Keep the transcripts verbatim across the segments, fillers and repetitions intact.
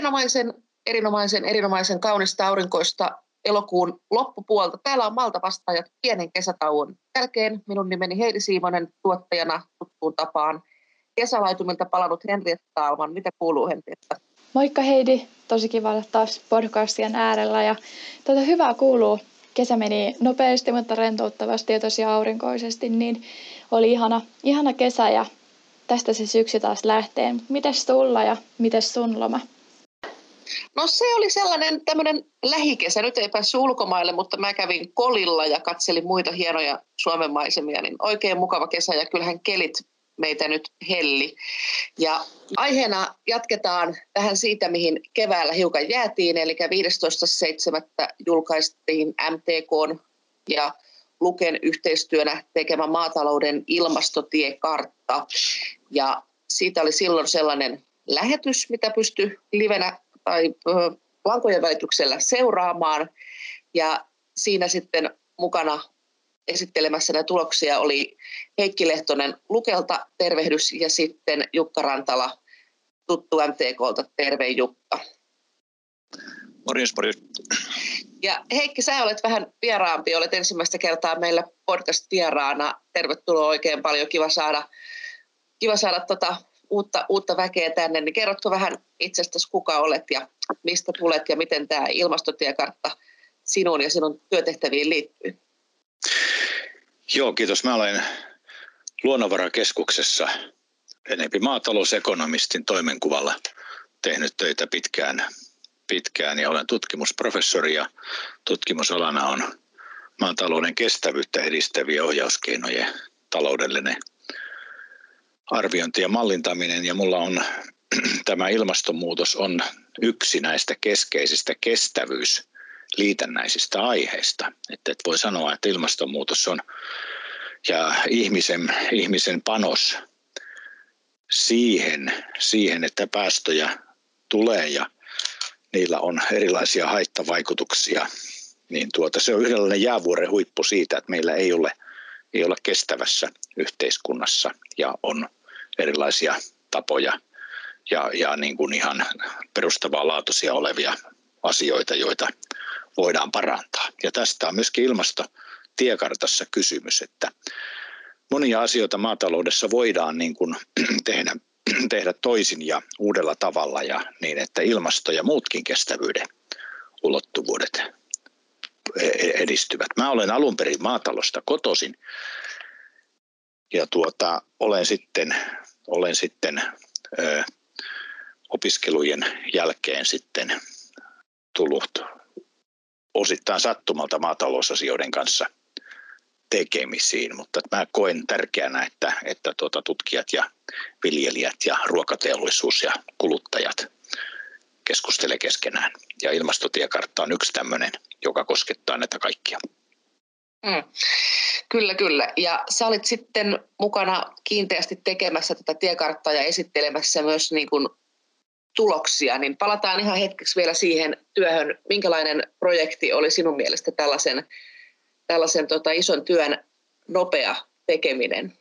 erinomaisen, erinomaisen, erinomaisen kaunista aurinkoista elokuun loppupuolta. Täällä on Malta vastaajat pienen kesätauon jälkeen. Minun nimeni Heidi Siimonen, tuottajana tuttuun tapaan. Kesälaitumilta palannut Henrietta Alman. Mitä kuuluu, Henrietta? Moikka Heidi, tosi kiva olla taas podcastien äärellä. Ja tuota, hyvää kuuluu. Kesä meni nopeasti, mutta rentouttavasti ja tosi aurinkoisesti, niin oli ihana, ihana kesä ja tästä se syksy taas lähtee. Mites sulla ja mites sun loma? No se oli sellainen tämmöinen lähikesä. Nyt ei päässyt ulkomaille, mutta mä kävin Kolilla ja katselin muita hienoja Suomen maisemia. Niin oikein mukava kesä ja kyllähän kelit meitä nyt helli. Ja aiheena jatketaan tähän siitä, mihin keväällä hiukan jäätiin. Eli viidestoista seitsemättä julkaistiin M T K:n ja Luken yhteistyönä tekemä maatalouden ilmastotiekartta. Ja siitä oli silloin sellainen lähetys, mitä pystyi livenä tai lankojen välityksellä seuraamaan. Ja siinä sitten mukana esittelemässä näitä tuloksia oli Heikki Lehtonen Lukelta, tervehdys, ja sitten Jukka Rantala, tuttu M T K:lta, terve Jukka. Morjens, morjens. Ja Heikki, sä olet vähän vieraampi, olet ensimmäistä kertaa meillä podcast-vieraana. Tervetuloa oikein paljon, kiva saada, kiva saada tota uutta, uutta väkeä tänne. Niin kerrotko vähän itsestäsi, kuka olet ja mistä tulet ja miten tämä ilmastotiekartta sinun ja sinun työtehtäviin liittyy? Joo, kiitos. Mä olen Luonnonvarakeskuksessa enempi maatalousekonomistin toimenkuvalla tehnyt töitä pitkään, pitkään ja olen tutkimusprofessori ja tutkimusalana on maatalouden kestävyyttä edistäviä ohjauskeinojen taloudellinen arviointi ja mallintaminen, ja mulla on tämä ilmastonmuutos on yksi näistä keskeisistä kestävyysliitännäisistä aiheista. Että et voi sanoa, että ilmastonmuutos on ja ihmisen, ihmisen panos siihen, siihen, että päästöjä tulee ja niillä on erilaisia haittavaikutuksia, niin tuota, se on yhdenlainen jäävuoren huippu siitä, että meillä ei ole, ei ole kestävässä yhteiskunnassa ja on erilaisia tapoja ja, ja niin kuin ihan perustavaa laatuisia olevia asioita, joita voidaan parantaa. Ja tästä on myöskin ilmastotiekartassa kysymys, että monia asioita maataloudessa voidaan niin kuin tehdä, tehdä toisin ja uudella tavalla ja niin, että ilmasto ja muutkin kestävyyden ulottuvuudet edistyvät. Mä olen alun perin maatalosta kotoisin ja tuota, olen sitten, olen sitten ö, opiskelujen jälkeen sitten tullut osittain sattumalta maatalousasioiden kanssa tekemisiin, mutta mä koen tärkeänä, että, että tuota, tutkijat ja viljelijät ja ruokateollisuus ja kuluttajat keskustelevat keskenään. Ja ilmastotiekartta on yksi tämmöinen, joka koskettaa näitä kaikkia. Mm. Kyllä, kyllä. Ja sä olit sitten mukana kiinteästi tekemässä tätä tiekarttaa ja esittelemässä myös niin kuin tuloksia, niin palataan ihan hetkeksi vielä siihen työhön. Minkälainen projekti oli sinun mielestä tällaisen, tällaisen tota, ison työn nopea tekeminen?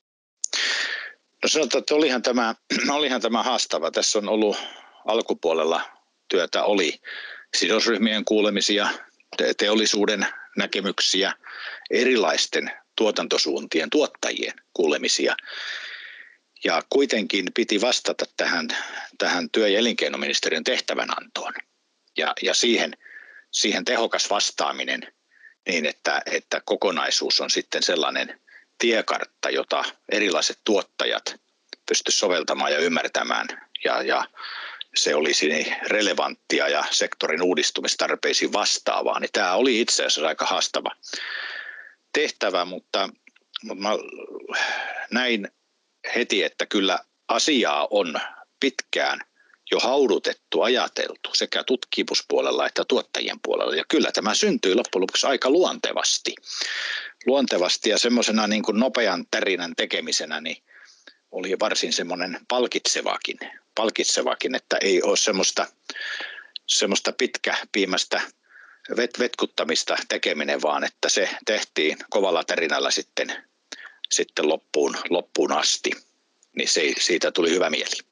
No sanotaan, että olihan tämä, olihan tämä haastava. Tässä on ollut alkupuolella työtä, oli sidosryhmien kuulemisia, teollisuuden näkemyksiä, erilaisten tuotantosuuntien tuottajien kuulemisia. Ja kuitenkin piti vastata tähän, tähän työ- ja elinkeinoministeriön tehtävänantoon ja, ja siihen, siihen tehokas vastaaminen niin, että, että kokonaisuus on sitten sellainen tiekartta, jota erilaiset tuottajat pystyisivät soveltamaan ja ymmärtämään ja, ja se olisi relevanttia ja sektorin uudistumistarpeisiin vastaavaa. Niin tämä oli itse asiassa aika haastava tehtävä, mutta, mutta mä näin heti, että kyllä asiaa on pitkään jo haudutettu, ajateltu sekä tutkimuspuolella että tuottajien puolella. Ja kyllä tämä syntyi loppujen lopuksi aika luontevasti. Luontevasti ja semmoisena niin kuin nopean tärinän tekemisenä niin oli varsin semmoinen palkitsevakin, palkitsevakin, että ei ole semmoista, semmoista pitkäpiimästä vet, vetkuttamista tekeminen, vaan että se tehtiin kovalla tärinällä sitten, sitten loppuun, loppuun asti. Niin se, siitä tuli hyvä mieli.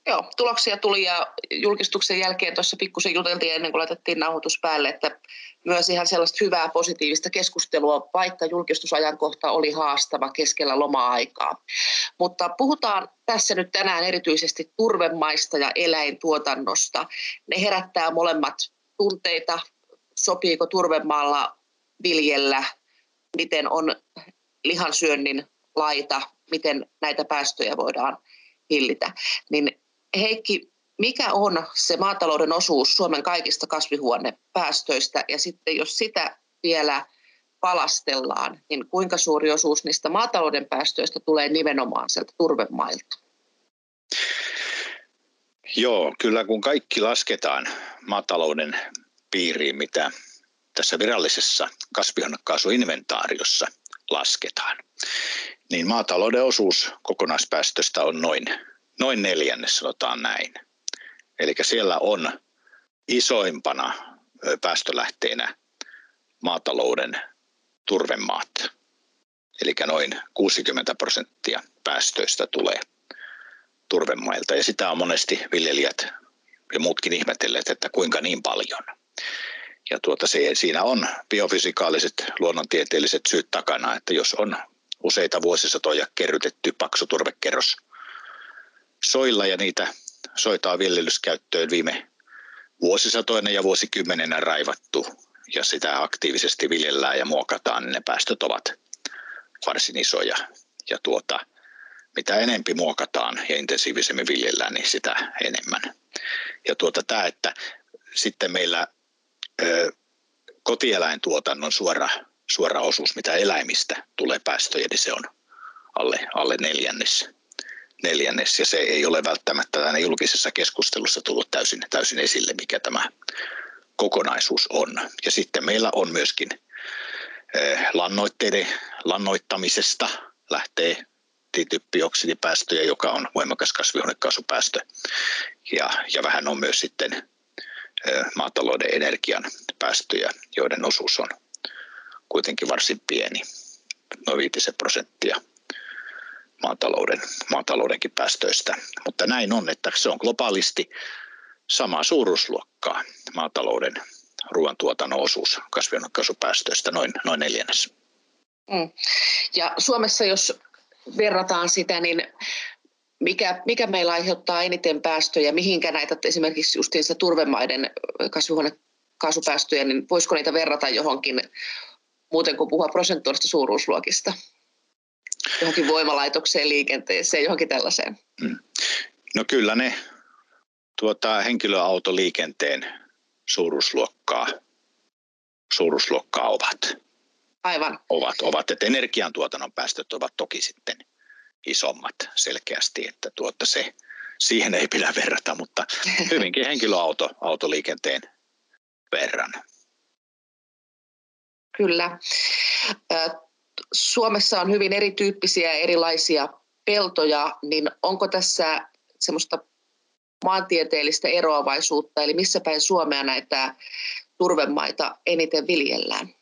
Joo, tuloksia tuli ja julkistuksen jälkeen tuossa pikkusen juteltiin ennen kuin laitettiin nauhoitus päälle, että myös ihan sellaista hyvää positiivista keskustelua, vaikka julkistusajankohta oli haastava keskellä loma-aikaa. Mutta puhutaan tässä nyt tänään erityisesti turvemaista ja eläintuotannosta. Ne herättää molemmat tunteita. Sopiiko turvemaalla viljellä? Miten on lihansyönnin laita? Miten näitä päästöjä voidaan hillitä? Niin Heikki, mikä on se maatalouden osuus Suomen kaikista kasvihuonepäästöistä ja sitten jos sitä vielä palastellaan, niin kuinka suuri osuus niistä maatalouden päästöistä tulee nimenomaan sieltä turvemailta? Joo, kyllä kun kaikki lasketaan maatalouden piiriin, mitä tässä virallisessa kasvihuonekaasuinventaariossa lasketaan, niin maatalouden osuus kokonaispäästöstä on noin Noin neljännes, sanotaan näin. Eli siellä on isoimpana päästölähteenä maatalouden turvemaat. Eli noin kuusikymmentä prosenttia päästöistä tulee turvemailta. Ja sitä on monesti viljelijät ja muutkin ihmetelleet, että kuinka niin paljon. Ja tuota, se, siinä on biofysikaaliset, luonnontieteelliset syyt takana, että jos on useita vuosisatoja kerrytetty paksu turvekerros soilla ja niitä soita on viljelyskäyttöön viime vuosisatoina ja vuosikymmenenä raivattu ja sitä aktiivisesti viljellään ja muokataan, niin ne päästöt ovat varsin isoja. Ja tuota, mitä enempi muokataan ja intensiivisemmin viljellään, niin sitä enemmän. Ja tuota, tämä, että sitten meillä ö, kotieläintuotannon suora, suora osuus, mitä eläimistä tulee päästöjä, niin se on alle, alle neljännes. neljännes, ja se ei ole välttämättä aina julkisessa keskustelussa tullut täysin, täysin esille, mikä tämä kokonaisuus on. Ja sitten meillä on myöskin lannoitteiden lannoittamisesta lähtee dityppioksidipäästöjä, joka on voimakas kasvihuonekaasupäästö, ja, ja vähän on myös sitten maatalouden energian päästöjä, joiden osuus on kuitenkin varsin pieni, noin viitisen prosenttia. Maatalouden, maataloudenkin päästöistä. Mutta näin on, että se on globaalisti samaa suuruusluokkaa maatalouden ruoantuotannon osuus kasvihuonekaasupäästöistä, noin, noin neljännes. Mm. Ja Suomessa, jos verrataan sitä, niin mikä, mikä meillä aiheuttaa eniten päästöjä, mihinkä näitä esimerkiksi justiinsa turvemaiden kasvihuonekaasupäästöjä, niin voisiko niitä verrata johonkin muuten kuin puhua prosentuaalista suuruusluokista? Johonkin voimalaitokseen, liikenteeseen, johonkin tällaiseen? No kyllä ne tuota, henkilöautoliikenteen suuruusluokkaa, suuruusluokkaa ovat. Aivan. Ovat, ovat. Että energiantuotannon päästöt ovat toki sitten isommat selkeästi, että tuota se, siihen ei pidä verrata, mutta hyvinkin henkilöautoliikenteen verran. Kyllä. Suomessa on hyvin erityyppisiä erilaisia peltoja, niin onko tässä semmoista maantieteellistä eroavaisuutta, eli missä päin Suomea näitä turvemaita eniten viljellään?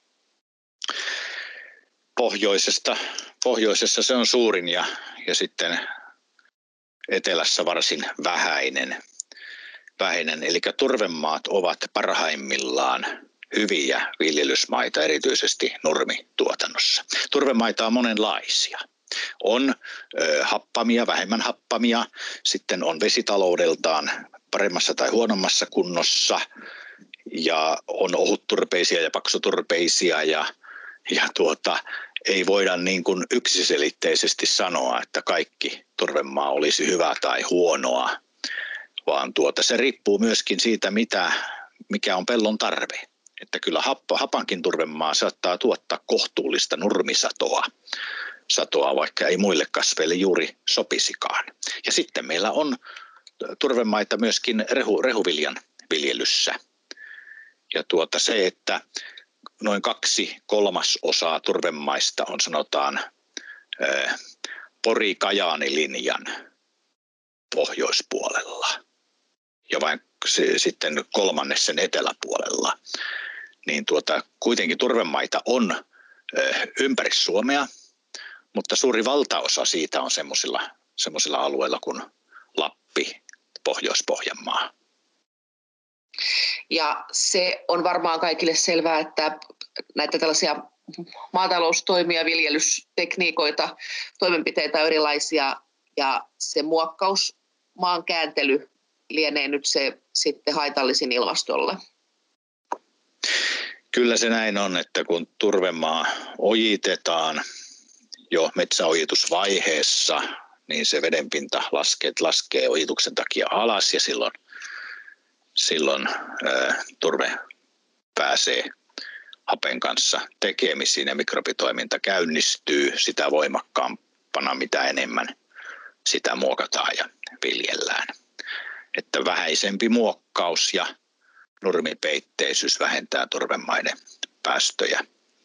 Pohjoisesta, pohjoisessa se on suurin ja, ja sitten etelässä varsin vähäinen. vähäinen. Eli turvemaat ovat parhaimmillaan hyviä viljelysmaita, erityisesti nurmituotannossa. Turvemaita on monenlaisia. On ö, happamia, vähemmän happamia, sitten on vesitaloudeltaan paremmassa tai huonommassa kunnossa, ja on ohutturpeisia ja paksuturpeisia, ja, ja tuota, ei voida niin kuin yksiselitteisesti sanoa, että kaikki turvemaa olisi hyvää tai huonoa, vaan tuota, se riippuu myöskin siitä, mitä, mikä on pellon tarve. Että kyllä hapankin turvemaa saattaa tuottaa kohtuullista nurmisatoa, satoa, vaikka ei muille kasveille juuri sopisikaan. Ja sitten meillä on turvemaita myöskin rehu, rehuviljan viljelyssä. Ja tuota se, että noin kaksi kolmasosaa turvemaista on sanotaan Pori-Kajaani-linjan pohjoispuolella ja vain se, sitten kolmannes sen eteläpuolella, niin tuota, kuitenkin turvemaita on ö, ympäri Suomea, mutta suuri valtaosa siitä on semmoisilla semmoisilla alueilla kuin Lappi, Pohjois-Pohjanmaa. Ja se on varmaan kaikille selvää, että näitä tällaisia maataloustoimia, viljelystekniikoita, toimenpiteitä on erilaisia ja se muokkaus, maan kääntely lienee nyt se sitten haitallisin ilmastolle. Kyllä se näin on, että kun turvemaa ojitetaan jo metsäojitusvaiheessa, niin se vedenpinta laskee, laskee ojituksen takia alas ja silloin, silloin ää, turve pääsee hapen kanssa tekemisiin ja mikrobitoiminta käynnistyy sitä voimakkaampana, mitä enemmän sitä muokataan ja viljellään. Että vähäisempi muokkaus ja nurmipeitteisyys vähentää turvemaiden päästöjä.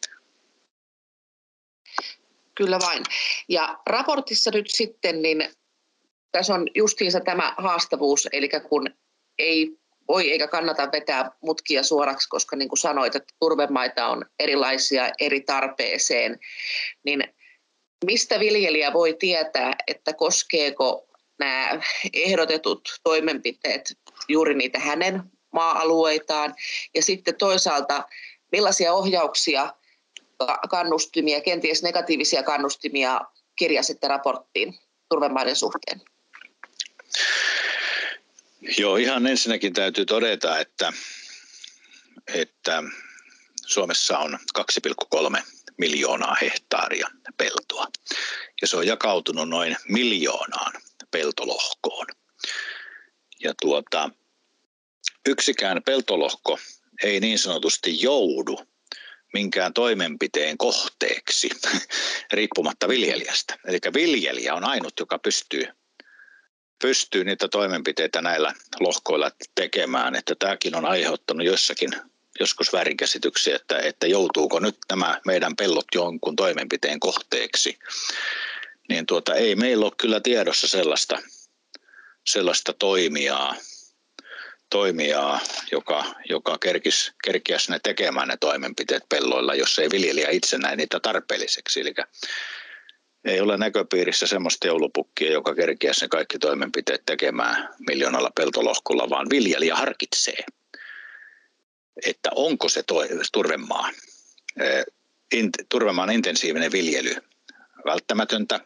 Kyllä vain. Ja raportissa nyt sitten, niin tässä on justiinsa tämä haastavuus, eli kun ei voi eikä kannata vetää mutkia suoraksi, koska niin kuin sanoit, että turvemaita on erilaisia eri tarpeeseen, niin mistä viljelijä voi tietää, että koskeeko nämä ehdotetut toimenpiteet juuri niitä hänen maa-alueitaan, ja sitten toisaalta millaisia ohjauksia, kannustimia, kenties negatiivisia kannustimia kirjasitte raporttiin turvemaiden suhteen? Joo, ihan ensinnäkin täytyy todeta, että, että Suomessa on kaksi pilkku kolme miljoonaa hehtaaria peltoa ja se on jakautunut noin miljoonaan peltolohkoon. Ja tuota, yksikään peltolohko ei niin sanotusti joudu minkään toimenpiteen kohteeksi riippumatta viljelijästä. Eli viljelijä on ainut, joka pystyy, pystyy niitä toimenpiteitä näillä lohkoilla tekemään. Että tämäkin on aiheuttanut jossakin joskus väärinkäsityksiä, että, että joutuuko nyt nämä meidän pellot jonkun toimenpiteen kohteeksi. Niin tuota, ei meillä ole kyllä tiedossa sellaista, sellaista toimijaa, toimijaa, joka, joka kerkisi, kerkiäisi ne tekemään ne toimenpiteet pelloilla, jos ei viljelijä itse näe niitä tarpeelliseksi. Eli ei ole näköpiirissä semmoista joulupukkia, joka kerkiäisi ne kaikki toimenpiteet tekemään miljoonalla peltolohkolla, vaan viljelijä harkitsee, että onko se turvemaa, turvemaan intensiivinen viljely välttämätöntä.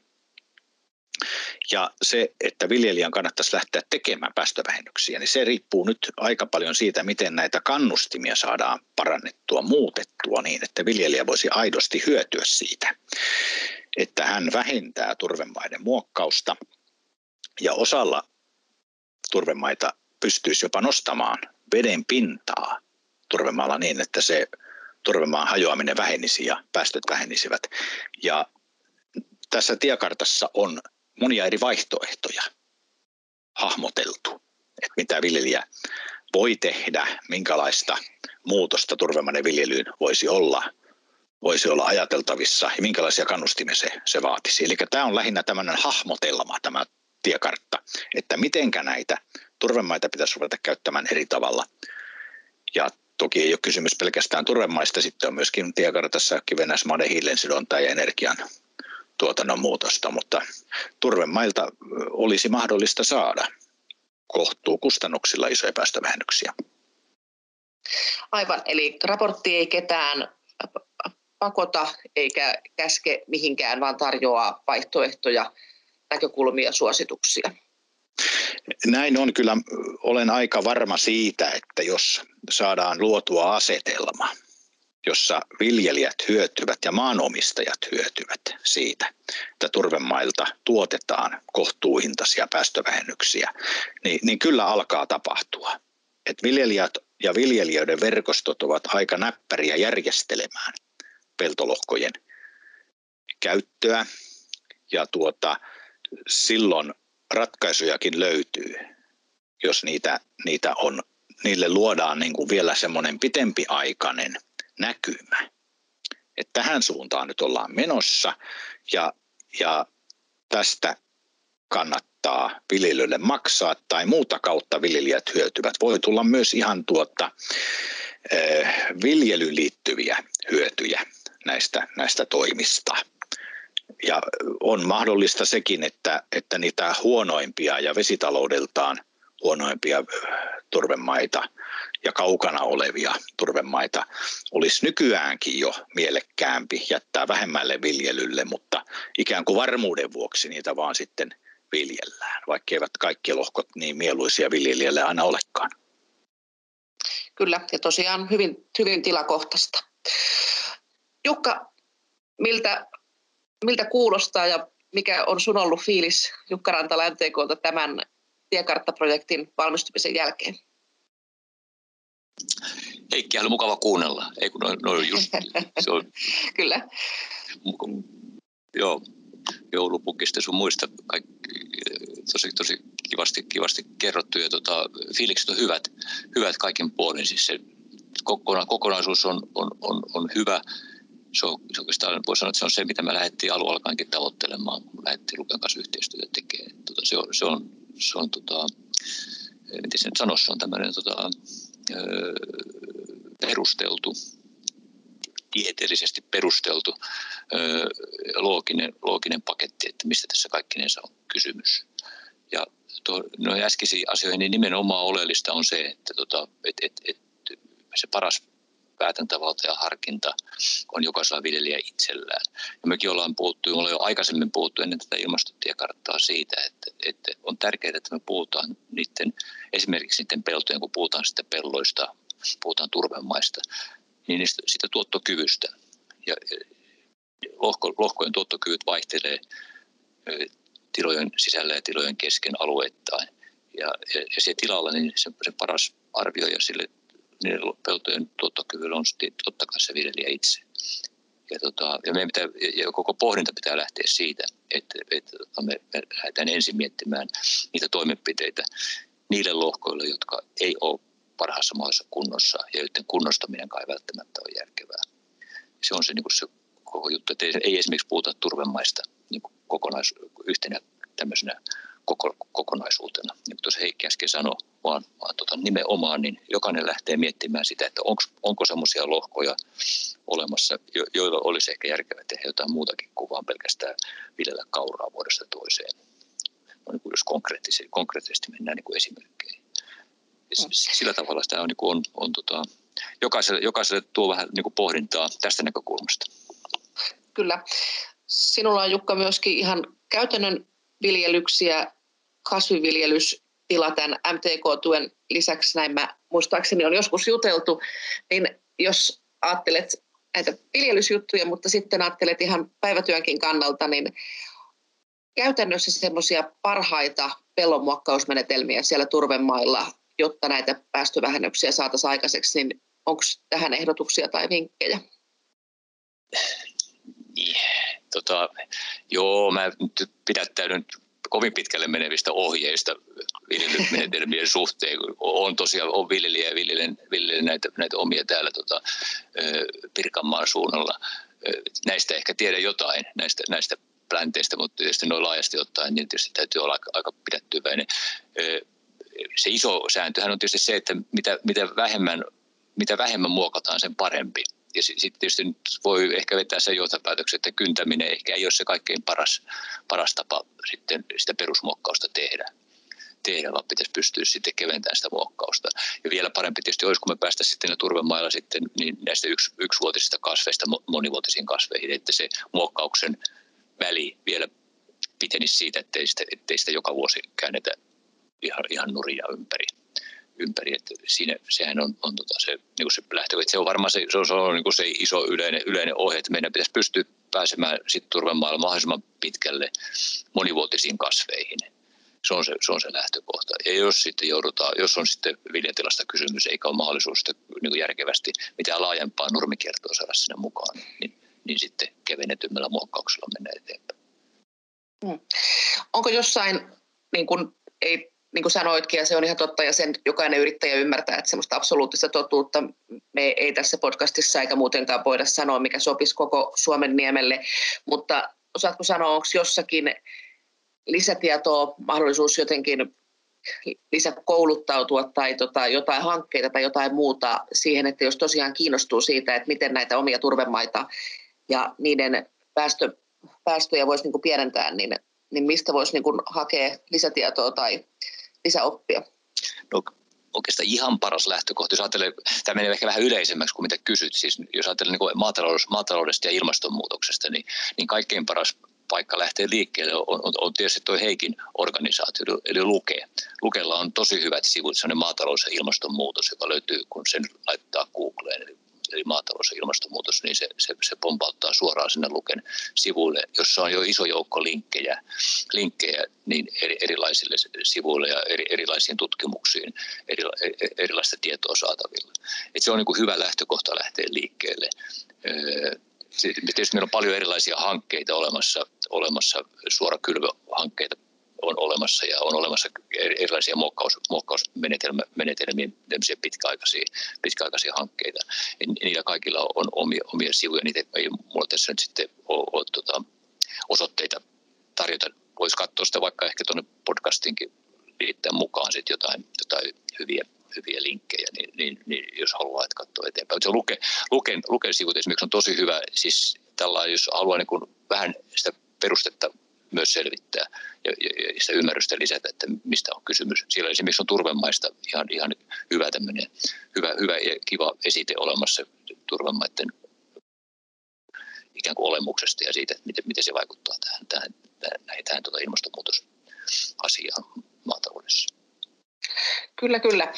Ja se, että viljelijän kannattaisi lähteä tekemään päästövähennyksiä, niin se riippuu nyt aika paljon siitä, miten näitä kannustimia saadaan parannettua, muutettua niin, että viljelijä voisi aidosti hyötyä siitä, että hän vähentää turvemaiden muokkausta ja osalla turvemaita pystyisi jopa nostamaan veden pintaa turvemaalla niin, että se turvemaan hajoaminen vähenisi ja päästöt vähenisivät. Ja tässä tiekartassa on monia eri vaihtoehtoja hahmoteltu, että mitä viljelijä voi tehdä, minkälaista muutosta turvemaiden viljelyyn voisi olla, voisi olla ajateltavissa ja minkälaisia kannustimia se, se vaatisi. Eli tämä on lähinnä tämmöinen hahmotelma, tämä tiekartta, että mitenkä näitä turvemaita pitäisi ruveta käyttämään eri tavalla. Ja toki ei ole kysymys pelkästään turvemaista, sitten on myöskin tiekartassa kivennäismaiden hiilensidontaa ja energian tuotannon muutosta, mutta turvemailta olisi mahdollista saada kohtuukustannuksilla isoja päästövähennyksiä. Aivan, eli raportti ei ketään pakota eikä käske mihinkään, vaan tarjoaa vaihtoehtoja, näkökulmia ja suosituksia. Näin on, kyllä olen aika varma siitä, että jos saadaan luotua asetelma, jossa viljelijät hyötyvät ja maanomistajat hyötyvät siitä, että turvemailta tuotetaan kohtuuhintaisia päästövähennyksiä, niin, niin kyllä alkaa tapahtua. Et viljelijät ja viljelijöiden verkostot ovat aika näppäriä järjestelemään peltolohkojen käyttöä ja tuota, silloin ratkaisujakin löytyy, jos niitä, niitä on, niille luodaan niin kuin vielä semmoinen pitempiaikainen näkymä. Että tähän suuntaan nyt ollaan menossa ja, ja tästä kannattaa viljelijöille maksaa tai muuta kautta viljelijät hyötyvät. Voi tulla myös ihan tuota, äh, viljelyyn liittyviä hyötyjä näistä, näistä toimista. Ja on mahdollista sekin, että, että niitä huonoimpia ja vesitaloudeltaan huonoimpia turvemaita ja kaukana olevia turvemaita olisi nykyäänkin jo mielekkäämpi jättää vähemmälle viljelylle, mutta ikään kuin varmuuden vuoksi niitä vaan sitten viljellään, vaikka eivät kaikki lohkot niin mieluisia viljelijälle aina olekaan. Kyllä, ja tosiaan hyvin, hyvin tilakohtaista. Jukka, miltä, miltä kuulostaa ja mikä on sun ollut fiilis Jukka Rantala M T K:lta tämän tiekarttaprojektin valmistumisen jälkeen? Heikki, oli mukava kuunnella. Ei kun noin, noin just, se on, Kyllä. Joo, joulupukista sun muista kaikki, tosi, tosi kivasti, kivasti kerrottu ja tota, fiilikset on hyvät, hyvät kaikin puolin. Siis se kokona, kokonaisuus on, on, on, on hyvä. Se on, se oikeastaan voi sanoa, että se on se, mitä me lähdettiin alun alkaenkin tavoittelemaan, kun lähdettiin Luken kanssa yhteistyötä tekemään. Tota, se on, se on, se on tota, miten se nyt sanoisi, se on tämmöinen tota, öö, perusteltu, tieteellisesti perusteltu öö, looginen, looginen paketti, että mistä tässä kaikkinensa on kysymys. Ja noin äskeisiin asioihin niin nimenomaan oleellista on se, että tota, et, et, et, se paras päätäntävalta ja harkinta on jokaisella viljelijä itsellään. Ja mekin ollaan puhuttu, me ollaan jo aikaisemmin puhuttu ennen tätä ilmastotiekarttaa siitä, että, että on tärkeää, että me puhutaan niiden, esimerkiksi niiden peltojen, kun puhutaan sitten pelloista, puhutaan turvemaista, niin niistä, sitä tuottokyvystä. Ja lohko, lohkojen tuottokyvyt vaihtelee tilojen sisällä ja tilojen kesken alueittain. Ja, ja, ja se tilalla niin se, se paras arvioija sille niiden peltojen tuottokyvyllä on sitten totta kai se viljelijä itse. Ja, tota, ja, meidän pitää, ja koko pohdinta pitää lähteä siitä, että, että me, me lähdetään ensin miettimään niitä toimenpiteitä niille lohkoille, jotka ei ole parhaassa mahdollisessa kunnossa ja joiden kunnostaminen kai välttämättä on järkevää. Se on se, niin kuin se koko juttu, että ei, ei esimerkiksi puhuta turvemaista niin kuin kokonais, yhtenä tämmöisenä koko, kokonaisuutena. Niin kuin tuossa Heikki äsken sanoi, vaan, vaan tota, nimenomaan niin jokainen lähtee miettimään sitä, että onko, onko semmoisia lohkoja olemassa, jo, joilla olisi ehkä järkevää tehdä jotain muutakin kuin vaan pelkästään viljellä kauraa vuodesta toiseen. No, niin kuin jos konkreettisesti, konkreettisesti mennään niin kuin esimerkkeihin. Sillä tavalla sitä on, niin kuin on, on tota, jokaiselle, jokaiselle tuo vähän niin kuin pohdintaa tästä näkökulmasta. Kyllä. Sinulla on, Jukka, myöskin ihan käytännön viljelyksiä, kasvinviljelystila tämän M T K-tuen lisäksi, näin mä muistaakseni on joskus juteltu, niin jos ajattelet näitä viljelysjuttuja, mutta sitten ajattelet ihan päivätyönkin kannalta, niin käytännössä semmoisia parhaita pellonmuokkausmenetelmiä siellä turvemailla, jotta näitä päästövähennyksiä saataisiin aikaiseksi, niin onko tähän ehdotuksia tai vinkkejä? Tota, joo, mä nyt pidättäydyn kovin pitkälle menevistä ohjeista viljelymenetelmien suhteen. On tosiaan on viljelijä ja viljelen, viljelen näitä, näitä omia täällä tota, Pirkanmaan suunnalla. Näistä ehkä tiedän jotain, näistä, näistä plänteistä, mutta tietysti noin laajasti ottaen, niin tietysti täytyy olla aika, aika pidättyväinen. Se iso sääntöhän on tietysti se, että mitä, mitä, vähemmän, mitä vähemmän muokataan, sen parempi. Ja sitten tietysti voi ehkä vetää sen johtopäätöksen, että kyntäminen ehkä ei ole se kaikkein paras, paras tapa sitten sitä perusmuokkausta tehdä. tehdä, vaan pitäisi pystyä sitten keventämään sitä muokkausta. Ja vielä parempi tietysti olisi, kun me päästäisiin sitten turvemailla sitten niin näistä yksi, yksivuotisista kasveista monivuotisiin kasveihin, että se muokkauksen väli vielä pitenisi siitä, ettei sitä, ettei sitä joka vuosi käännetä ihan, ihan nuria ympäri. ympäri. Että siinä, sehän on, on tota se, niin se lähtökohta. Se on varmaan se, se, on, se, on niin se iso yleinen, yleinen ohje, että meidän pitäisi pystyä pääsemään sitten turvemaalla mahdollisimman pitkälle monivuotisiin kasveihin. Se on se, se on se lähtökohta. Ja jos sitten joudutaan, jos on sitten viljatilasta kysymys, eikä ole mahdollisuus niin kuin järkevästi mitään laajempaa nurmikiertoa saada sinne mukaan, niin, niin sitten kevennetymmällä muokkauksella mennään eteenpäin. Hmm. Onko jossain, niin kuin, ei, niin kuin sanoitkin, ja se on ihan totta, ja sen jokainen yrittäjä ymmärtää, että semmoista absoluuttista totuutta me ei tässä podcastissa eikä muutenkaan voida sanoa, mikä sopisi koko Suomen niemelle, mutta osaatko sanoa, onko jossakin lisätietoa, mahdollisuus jotenkin lisäkouluttautua tai tota, jotain hankkeita tai jotain muuta siihen, että jos tosiaan kiinnostuu siitä, että miten näitä omia turvemaita ja niiden päästö, päästöjä voisi niin kuin pienentää, niin, niin mistä voisi niin kuin hakea lisätietoa tai lisäoppia? no, oikeastaan ihan paras lähtökohta, jos ajattelee, tämä menee ehkä vähän yleisemmäksi kuin mitä kysyt, siis jos ajattelee niin maatalous, maataloudesta ja ilmastonmuutoksesta, niin, niin kaikkein paras paikka lähtee liikkeelle on, on, on tietysti tuo Heikin organisaatio, eli Luke. Lukella on tosi hyvät sivut, sellainen maatalous ja ilmastonmuutos, joka löytyy, kun sen laittaa Googleen, eli, eli maatalous ja ilmastonmuutos, niin se, se, se pompauttaa suoraan sinne Luken sivuille, jossa on jo iso joukko linkkejä, linkkejä niin eri, erilaisille sivuille ja eri, erilaisiin tutkimuksiin, eri, erilaista tietoa saatavilla. Et se on niin kuin hyvä lähtökohta lähteä liikkeelle. Tietysti meillä on paljon erilaisia hankkeita olemassa, olemassa suorakylvöhankkeita on olemassa ja on olemassa erilaisia muokkaus, muokkausmenetelmiä, pitkäaikaisia, pitkäaikaisia hankkeita. Niillä kaikilla on omia, omia sivuja, niitä ei mulla tässä nyt sitten ole, ole tuota, osoitteita tarjota. Voisi katsoa sitä vaikka ehkä tuonne podcastinkin liittää mukaan sitten jotain, jotain hyviä. hyviä linkkejä, niin, niin, niin jos haluaa että katsoa eteenpäin. Se Luke, Luken, Luken sivut esimerkiksi on tosi hyvä, siis tällainen, jos haluaa niin kuin vähän sitä perustetta myös selvittää ja, ja, ja sitä ymmärrystä lisätä, että mistä on kysymys. Siellä esimerkiksi on turvemaista ihan, ihan hyvä tämmöinen, hyvä, hyvä ja kiva esite olemassa turvemaiden ikään kuin olemuksesta ja siitä, että miten, miten se vaikuttaa tähän, tähän, tähän, tähän tuota ilmastonmuutosasiaan maataloudessa. Kyllä, kyllä.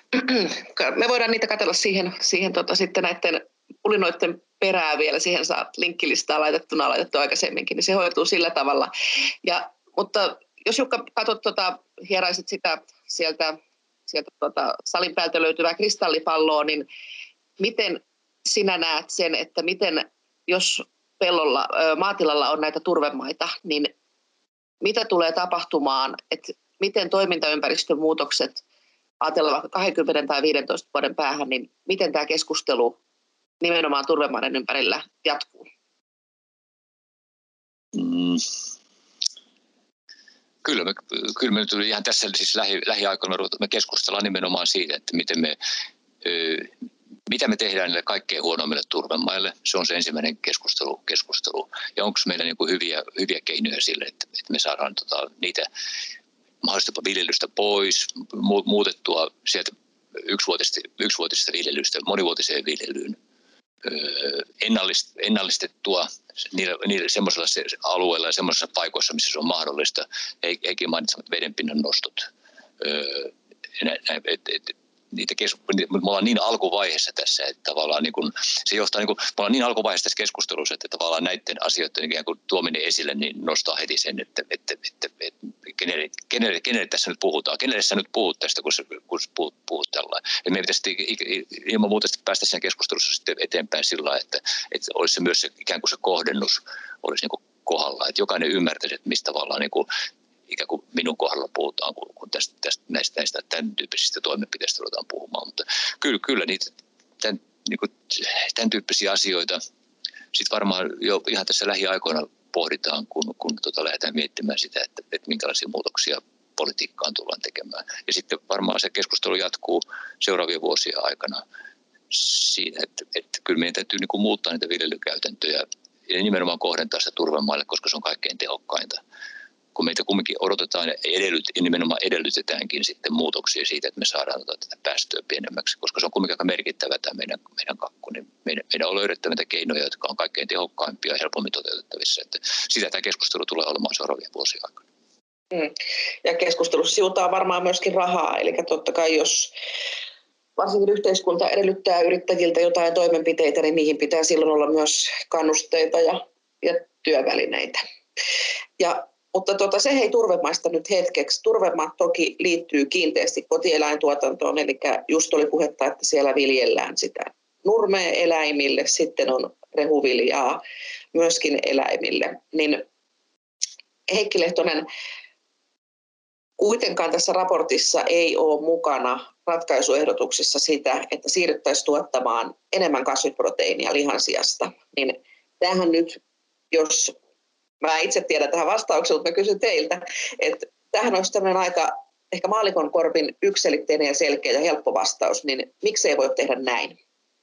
Me voidaan niitä katsella siihen, siihen tota, sitten näiden pulinoiden perään vielä. Siihen saa linkkilistaa laitettuna laitettu aikaisemminkin, niin se hoituu sillä tavalla. Ja, mutta jos Jukka katsot, tota, hieraisit sitä sieltä, sieltä tota, salin päältä löytyvää kristallipalloa, niin miten sinä näet sen, että miten jos pellolla, maatilalla on näitä turvemaita, niin mitä tulee tapahtumaan, että miten toimintaympäristön muutokset, ajatellaan vaikka kaksikymmentä tai viisitoista vuoden päähän, niin miten tämä keskustelu nimenomaan turvemaiden ympärillä jatkuu? Mm. Kyllä me, kyllä me nyt ihan tässä siis lähi, lähiaikoina me keskustellaan nimenomaan siitä, että miten me, ö, mitä me tehdään niille kaikkein huonoimmille turvemaille. Se on se ensimmäinen keskustelu. keskustelu. Ja onko meillä niin kuin hyviä, hyviä keinoja sille, että, että me saadaan tota, niitä mahdollisesti viljelystä pois, muutettua sieltä yksivuotisesta, yksivuotisesta viljelystä monivuotiseen viljelyyn, ennallistettua niillä, niillä semmoisilla alueilla ja semmoisissa paikoissa, missä se on mahdollista, eikä mainitsemat vedenpinnan nostot. Niitä kes- me ollaan niin alkuvaiheessa tässä, että tavallaan niin kun, se johtaa, niin kun, me ollaan niin alkuvaiheessa tässä keskustelussa, että tavallaan näiden asioiden ikään kuin tuominen esille niin nostaa heti sen, että, että, että, että kenelle, kenelle, kenelle tässä nyt puhutaan, kenelle sä nyt puhut tästä, kun sä, kun sä puhut, puhut tällainen. Ja meidän pitäisi ilman muuta päästä siinä keskustelussa sitten eteenpäin sillä, että, että olisi se myös se, ikään kuin se kohdennus olisi niin kuin kohdalla, että jokainen ymmärtäisi, että mistä tavallaan niin kuin, ikään kuin minun kohdalla puhutaan, kun, kun tästä, tästä, näistä, näistä tämän tyyppisistä toimenpiteistä ruvetaan puhumaan. Mutta kyllä, kyllä niitä tämän, niin kuin, tämän tyyppisiä asioita sitten varmaan jo ihan tässä lähiaikoina pohditaan, kun, kun tota, lähdetään miettimään sitä, että, että minkälaisia muutoksia politiikkaan tullaan tekemään. Ja sitten varmaan se keskustelu jatkuu seuraavien vuosien aikana siinä, että, että kyllä meidän täytyy niin kuin muuttaa niitä viljelykäytäntöjä ja nimenomaan kohdentaa sitä turvemaille, koska se on kaikkein tehokkainta. Kun meitä kumminkin odotetaan ja edellyt, nimenomaan edellytetäänkin sitten muutoksia siitä, että me saadaan tätä päästöä pienemmäksi, koska se on kumminkin aika merkittävä tämä meidän, meidän kakku, niin meidän, meidän on löydettävä niitä keinoja, jotka on kaikkein tehokkaimpia ja helpommin toteutettavissa. Että sitä tämä keskustelu tulee olemaan seuraavien vuosien aikana. Mm. Ja keskustelussa sivutaan varmaan myöskin rahaa, eli totta kai jos varsinkin yhteiskunta edellyttää yrittäjiltä jotain toimenpiteitä, niin niihin pitää silloin olla myös kannusteita ja, ja työvälineitä. Ja Mutta tota, se hei turvemaista nyt hetkeksi. Turvemaat toki liittyy kiinteästi kotieläintuotantoon, eli just oli puhetta, että siellä viljellään sitä nurmea eläimille, sitten on rehuviljaa myöskin eläimille. Niin Heikki Lehtonen, kuitenkaan tässä raportissa ei ole mukana ratkaisuehdotuksissa sitä, että siirryttäisiin tuottamaan enemmän kasviproteiinia lihan sijasta. Niin tämähän nyt, jos mä itse tiedän tähän vastauksen, mutta mä kysyn teiltä, että tämähän olisi tämmöinen aika ehkä maallikon korvin yksiselitteinen ja selkeä ja helppo vastaus, niin miksi ei voi tehdä näin?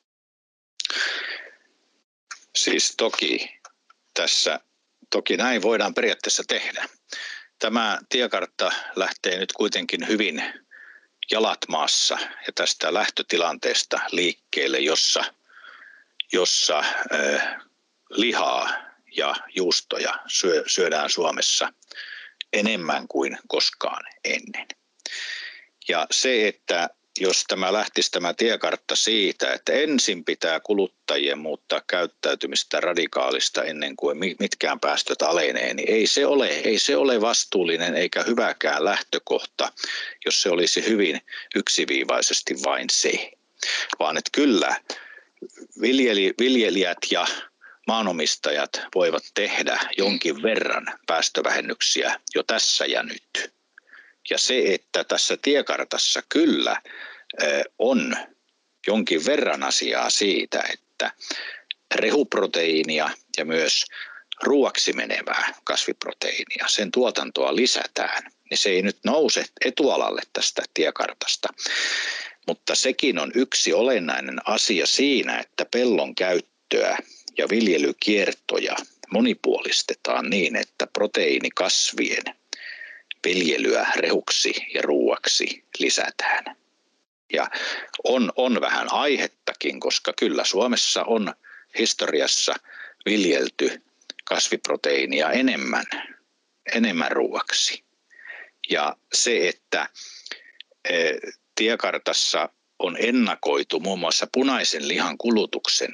Siis toki tässä, toki näin voidaan periaatteessa tehdä. Tämä tiekartta lähtee nyt kuitenkin hyvin jalat maassa ja tästä lähtötilanteesta liikkeelle, jossa, jossa äh, lihaa ja juustoja syö, syödään Suomessa enemmän kuin koskaan ennen. Ja se, että jos tämä lähtisi tämä tiekartta siitä, että ensin pitää kuluttajien muuttaa käyttäytymistä radikaalista ennen kuin mitkään päästöt alenee, niin ei se ole, ei se ole vastuullinen eikä hyväkään lähtökohta, jos se olisi hyvin yksiviivaisesti vain se. Vaan että kyllä viljeli, viljelijät ja maanomistajat voivat tehdä jonkin verran päästövähennyksiä jo tässä ja nyt. Ja se, että tässä tiekartassa kyllä on jonkin verran asiaa siitä, että rehuproteiinia ja myös ruoaksi menevää kasviproteiinia, sen tuotantoa lisätään, niin se ei nyt nouse etualalle tästä tiekartasta. Mutta sekin on yksi olennainen asia siinä, että pellon käyttöä ja viljelykiertoja monipuolistetaan niin, että proteiinikasvien viljelyä rehuksi ja ruuaksi lisätään. Ja on, on vähän aihettakin, koska kyllä Suomessa on historiassa viljelty kasviproteiinia enemmän, enemmän ruuaksi. Ja se, että e, tiekartassa on ennakoitu muun muassa punaisen lihan kulutuksen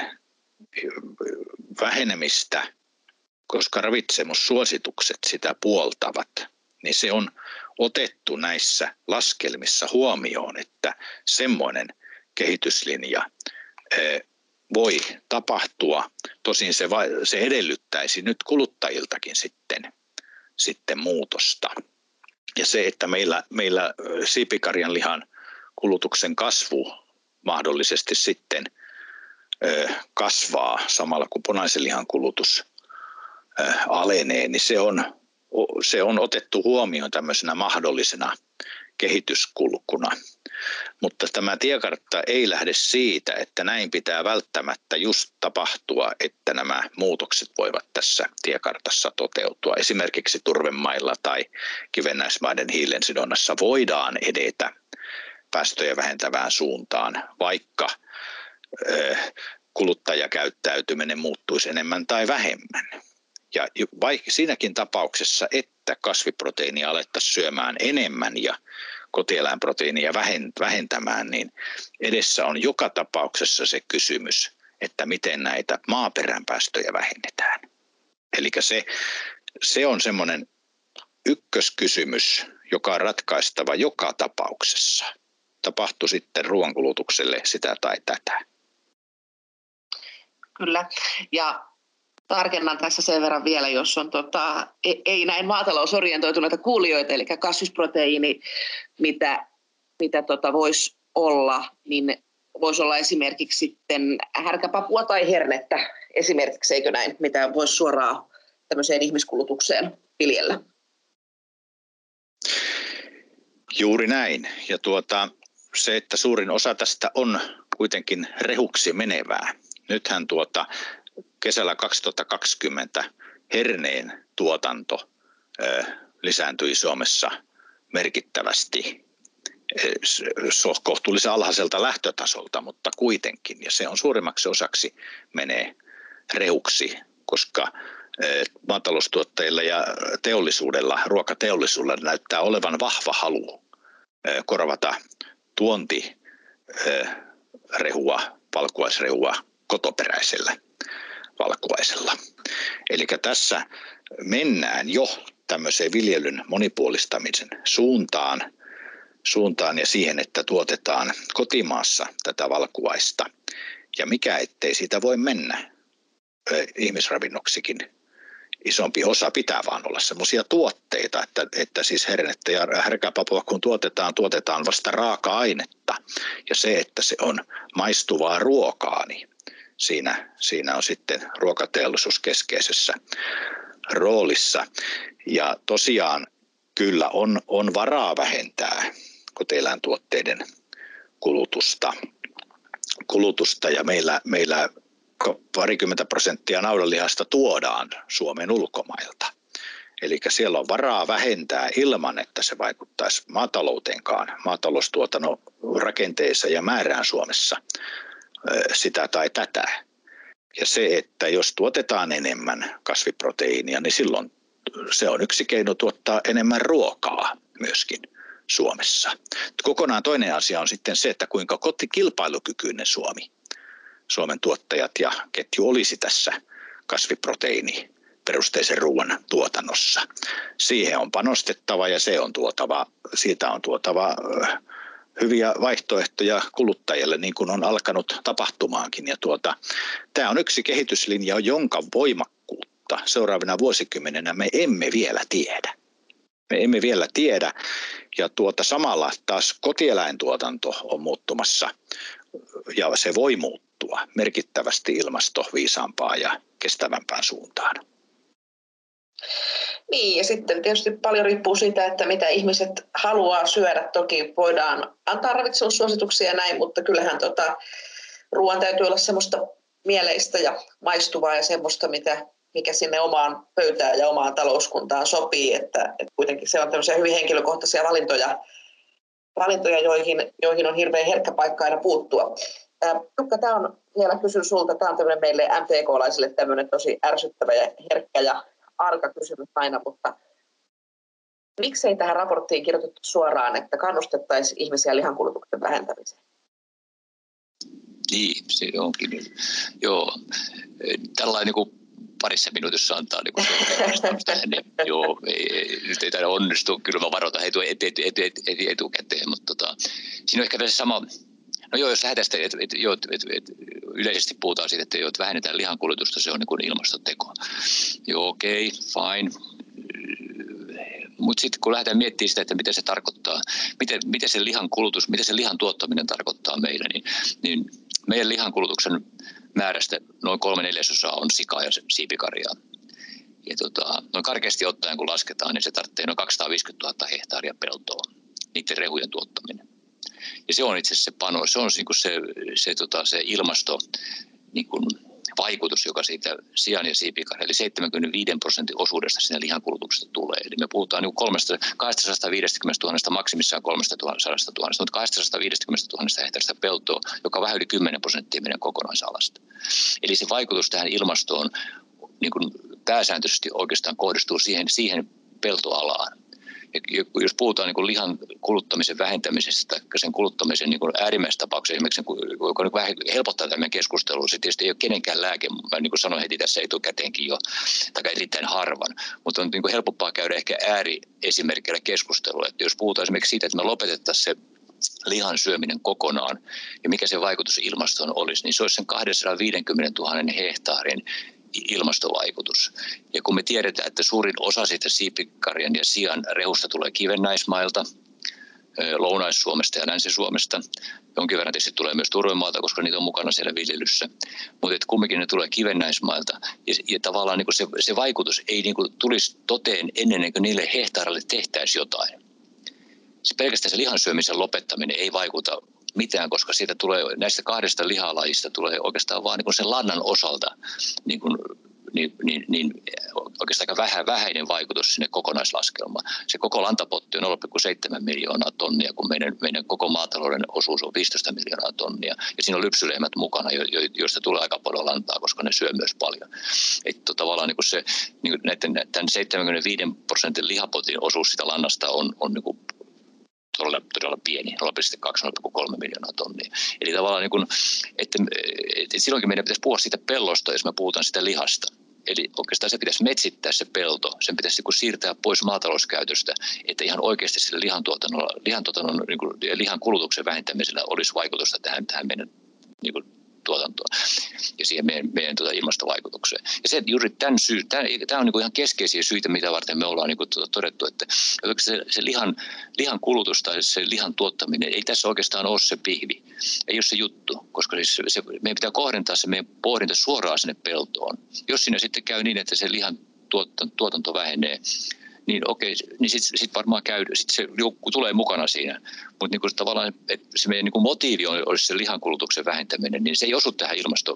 vähenemistä, koska ravitsemussuositukset sitä puoltavat, niin se on otettu näissä laskelmissa huomioon, että semmoinen kehityslinja voi tapahtua. Tosin se, se edellyttäisi nyt kuluttajiltakin sitten, sitten muutosta. Ja se, että meillä, meillä siipikarjan lihan kulutuksen kasvu mahdollisesti sitten kasvaa samalla kun punaisen lihan kulutus alenee, niin se on Se on otettu huomioon tämmöisenä mahdollisena kehityskulkuna, mutta tämä tiekartta ei lähde siitä, että näin pitää välttämättä just tapahtua, että nämä muutokset voivat tässä tiekartassa toteutua. Esimerkiksi turvemailla tai kivennäismaiden hiilensidonnassa voidaan edetä päästöjä vähentävään suuntaan, vaikka kuluttajakäyttäytyminen muuttuisi enemmän tai vähemmän. Ja vaikka siinäkin tapauksessa, että kasviproteiinia alettaisiin syömään enemmän ja kotieläinproteiinia vähentämään, niin edessä on joka tapauksessa se kysymys, että miten näitä maaperän päästöjä vähennetään. Eli se, se on semmoinen ykköskysymys, joka on ratkaistava joka tapauksessa. Tapahtui sitten ruoankulutukselle sitä tai tätä. Kyllä, ja tarkennan tässä sen verran vielä, jos on tota, ei näin maatalousorientoituneita kuulijoita, eli kasvisproteiini, mitä, mitä tota voisi olla, niin voisi olla esimerkiksi sitten härkäpapua tai hernettä esimerkiksi, eikö näin, mitä voisi suoraan tämmöiseen ihmiskulutukseen viljellä. Juuri näin. Ja tuota, se, että suurin osa tästä on kuitenkin rehuksi menevää. Nythän tuota kesällä kaksituhattakaksikymmentä herneen tuotanto ö, lisääntyi Suomessa merkittävästi kohtuullisen alhaiselta lähtötasolta, mutta kuitenkin. Ja se on suurimmaksi osaksi menee rehuksi, koska ö, maataloustuottajilla ja teollisuudella, ruokateollisuudella näyttää olevan vahva halu ö, korvata tuontirehua, valkuaisrehua kotoperäisellä valkuaisella. Eli tässä mennään jo tämmöiseen viljelyn monipuolistamisen suuntaan, suuntaan ja siihen, että tuotetaan kotimaassa tätä valkuaista. Ja mikä ettei siitä voi mennä ihmisravinnoksikin. Isompi osa pitää vaan olla semmoisia tuotteita, että, että siis hernettä ja härkäpapua kun tuotetaan, tuotetaan vasta raaka-ainetta. Ja se, että se on maistuvaa ruokaa, niin Siinä, siinä on sitten ruokateollisuus keskeisessä roolissa. Ja tosiaan kyllä on, on varaa vähentää kotieläintuotteiden kulutusta. kulutusta ja meillä, meillä parikymmentä prosenttia naudanlihasta tuodaan Suomen ulkomailta. Eli siellä on varaa vähentää ilman, että se vaikuttaisi maatalouteenkaan, maataloustuotannon rakenteeseen ja määrään Suomessa sitä tai tätä. Ja se, että jos tuotetaan enemmän kasviproteiinia, niin silloin se on yksi keino tuottaa enemmän ruokaa myöskin Suomessa. Kokonaan toinen asia on sitten se, että kuinka kotikilpailukykyinen Suomi, Suomen tuottajat ja ketju olisi tässä kasviproteiini perusteisen ruoan tuotannossa. Siihen on panostettava ja se on tuotava, siitä on tuotava hyviä vaihtoehtoja kuluttajille, niin kuin on alkanut tapahtumaankin. Ja tuota, tämä on yksi kehityslinja, jonka voimakkuutta seuraavina vuosikymmeninä me emme vielä tiedä. Me emme vielä tiedä ja tuota, samalla taas kotieläintuotanto on muuttumassa ja se voi muuttua merkittävästi ilmastoviisaampaa ja kestävämpään suuntaan. Niin, ja sitten tietysti paljon riippuu siitä, että mitä ihmiset haluaa syödä. Toki voidaan antaa ravitsemussuosituksia ja näin, mutta kyllähän tota, ruoan täytyy olla semmoista mieleistä ja maistuvaa ja semmoista, mitä, mikä sinne omaan pöytään ja omaan talouskuntaan sopii. Että, että kuitenkin se on tämmöisiä hyvin henkilökohtaisia valintoja, valintoja joihin, joihin on hirveän herkkä paikka aina puuttua. Jukka, tämä on, vielä kysyn sulta, tämä on tämmöinen meille M T K-laisille tämmöinen tosi ärsyttävä ja herkkä ja arka kysymys aina, mutta miksei tähän raporttiin kirjoitettu suoraan, että kannustettaisiin ihmisiä lihankulutuksen vähentämiseen? Niin, se onkin. Joo, tällainen niin kuin parissa minuutissa antaa niin kuin tähän, niin joo, ei, nyt ei taida onnistu, kyllä mä varoitan etu, et, et, et, et, et, etukäteen, mutta tota, siinä on ehkä tässä sama. No joo, jos lähdetään sitten, että et, et, et, et, yleisesti puhutaan siitä, että, jo, että vähennetään lihankulutusta, se on niin kuin ilmastoteko. Joo, okei, okay, fine. Mutta sitten kun lähdetään miettimään sitä, että mitä se tarkoittaa, miten, miten se lihan kulutus, mitä se lihan tuottaminen tarkoittaa meille, niin, niin meidän lihankulutuksen määrästä noin kolme neljäsosaa on sikaa ja siipikarjaa. Ja tota, noin karkeasti ottaen kun lasketaan, niin se tarvitsee noin kaksisataaviisikymmentätuhatta hehtaaria peltoa, niiden rehujen tuottaminen. Ja se on itse asiassa se pano, se on niinku se, se, tota, se ilmasto niinku, vaikutus, joka siitä sian ja siipikarjan, eli seitsemänkymmentäviisi prosentin osuudesta siinä lihankulutuksesta tulee. Eli me puhutaan niinku kaksisataaviisikymmentätuhatta, maksimissaan kolmesataatuhatta, mutta kaksisataaviisikymmentätuhatta hehtaarista peltoa, joka on vähän yli kymmenen prosenttia meidän kokonaisalasta. Eli se vaikutus tähän ilmastoon niinku, pääsääntöisesti oikeastaan kohdistuu siihen, siihen peltoalaan. Ja jos puhutaan niin kuin lihan kuluttamisen vähentämisestä tai sen kuluttamisen niin äärimmäisessä tapauksessa, esimerkiksi joka niin vähän helpottaa tämän keskustelun, se tietysti ei ole kenenkään lääke, mä niin kuin sanoin heti tässä etukäteenkin jo, tai erittäin harvan, mutta on niin kuin helpompaa käydä ehkä ääriesimerkillä keskustelua, että jos puhutaan esimerkiksi siitä, että me lopetettaisiin se lihan syöminen kokonaan ja mikä se vaikutus ilmastoon olisi, niin se olisi sen kaksisataaviisikymmentätuhatta hehtaarin ilmastovaikutus. Ja kun me tiedetään, että suurin osa siitä siipikarjan ja sian rehusta tulee kivennäismailta, Lounais-Suomesta ja Länsi-Suomesta, jonkin verran tietysti tulee myös turvemaalta, koska niitä on mukana siellä viljelyssä, mutta että kumminkin ne tulee kivennäismailta ja, ja tavallaan niin kuin se, se vaikutus ei niin kuin tulisi toteen ennen kuin niille hehtaarille tehtäisiin jotain. Se pelkästään se lihansyömisen lopettaminen ei vaikuta mitään, koska siitä tulee, näistä kahdesta lihalajista tulee oikeastaan vaan niin sen lannan osalta niin kuin, niin, niin, niin oikeastaan aika vähä, vähäinen vaikutus sinne kokonaislaskelmaan. Se koko lantapotti on nolla pilkku seitsemän miljoonaa tonnia, kun meidän, meidän koko maatalouden osuus on viisitoista miljoonaa tonnia. Ja siinä on lypsylehmät mukana, jo, jo, joista tulee aika paljon lantaa, koska ne syö myös paljon. Että tavallaan niin kuin se, niin kuin näiden, tämän seitsemänkymmentäviisi prosentin lihapotin osuus sitä lannasta on, on niin kuin todella, todella pieni, nolla pilkku kaksi - nolla pilkku kolme miljoonaa tonnia. Eli tavallaan niin kuin, että, että silloinkin meidän pitäisi puhua siitä pellosta, jos me puhutaan sitä lihasta. Eli oikeastaan se pitäisi metsittää se pelto, sen pitäisi niin kuin siirtää pois maatalouskäytöstä, että ihan oikeasti sillä lihantuotannon, lihantuotannon niin kuin, lihan kulutuksen vähentämisellä olisi vaikutusta tähän, tähän meidän niin kuin, tuotantoon ja siihen meidän, meidän tuota ilmastovaikutukseen. Ja se, juuri tämän syy, tämä, tämä on niin kuin ihan keskeisiä syitä, mitä varten me ollaan niin kuin tuota todettu, että se, se lihan, lihan kulutus tai se lihan tuottaminen ei tässä oikeastaan ole se pihvi, ei ole se juttu, koska siis se, se, meidän pitää kohdentaa se meidän pohdinta suoraan sinne peltoon. Jos siinä sitten käy niin, että se lihan tuotanto, tuotanto vähenee, niin okei, niin sitten sit varmaan käy, sit se joku tulee mukana siinä. Mutta niinku tavallaan, että se meidän niinku motiivi olisi se lihankulutuksen vähentäminen, niin se ei osu tähän ilmasto,